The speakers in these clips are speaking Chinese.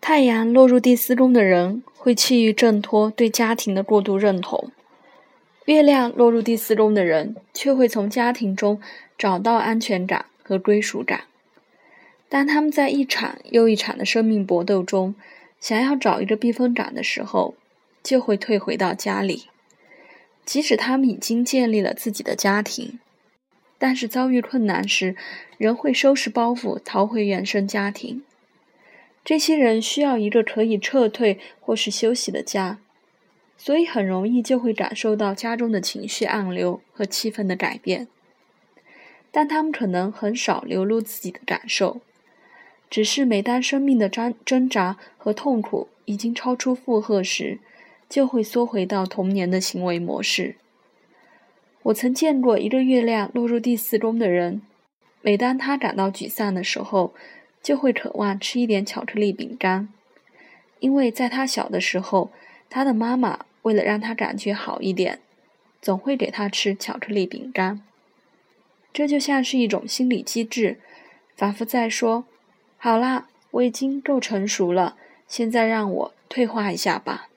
太阳落入第四宫的人会趋于挣脱对家庭的过度认同，月亮落入第四宫的人却会从家庭中找到安全感和归属感。当他们在一场又一场的生命搏斗中想要找一个避风港的时候，就会退回到家里。即使他们已经建立了自己的家庭，但是遭遇困难时仍会收拾包袱逃回原生家庭。这些人需要一个可以撤退或是休息的家，所以很容易就会感受到家中的情绪暗流和气氛的改变。但他们可能很少流露自己的感受，只是每当生命的挣扎和痛苦已经超出负荷时，就会缩回到童年的行为模式。我曾见过一个月亮落入第四宫的人，每当他感到沮丧的时候，就会渴望吃一点巧克力饼干，因为在他小的时候，他的妈妈为了让他感觉好一点，总会给他吃巧克力饼干。这就像是一种心理机制，仿佛在说，好啦，我已经够成熟了，现在让我退化一下吧。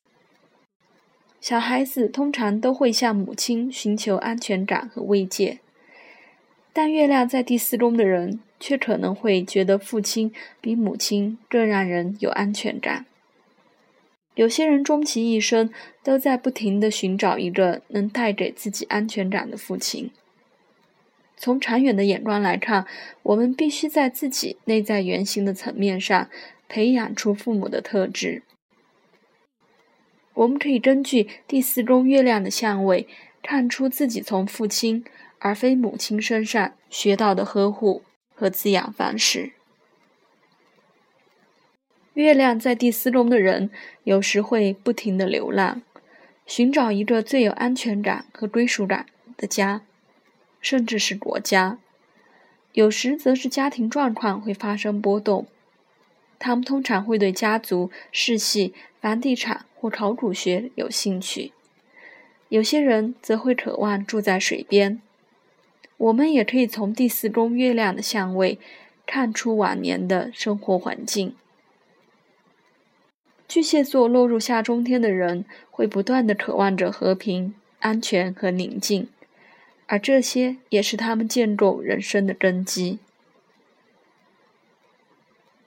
小孩子通常都会向母亲寻求安全感和慰藉，但月亮在第四宫的人却可能会觉得父亲比母亲更让人有安全感。有些人终其一生都在不停地寻找一个能带给自己安全感的父亲。从长远的眼光来看，我们必须在自己内在原型的层面上培养出父母的特质。我们可以根据第四宫月亮的相位，看出自己从父亲而非母亲身上学到的呵护和滋养方式。月亮在第四宫的人有时会不停地流浪，寻找一个最有安全感和归属感的家，甚至是国家。有时则是家庭状况会发生波动，他们通常会对家族、世系、房地产或考古学有兴趣。有些人则会渴望住在水边。我们也可以从第四宫月亮的相位看出晚年的生活环境。巨蟹座落入下中天的人会不断地渴望着和平、安全和宁静，而这些也是他们建构人生的根基。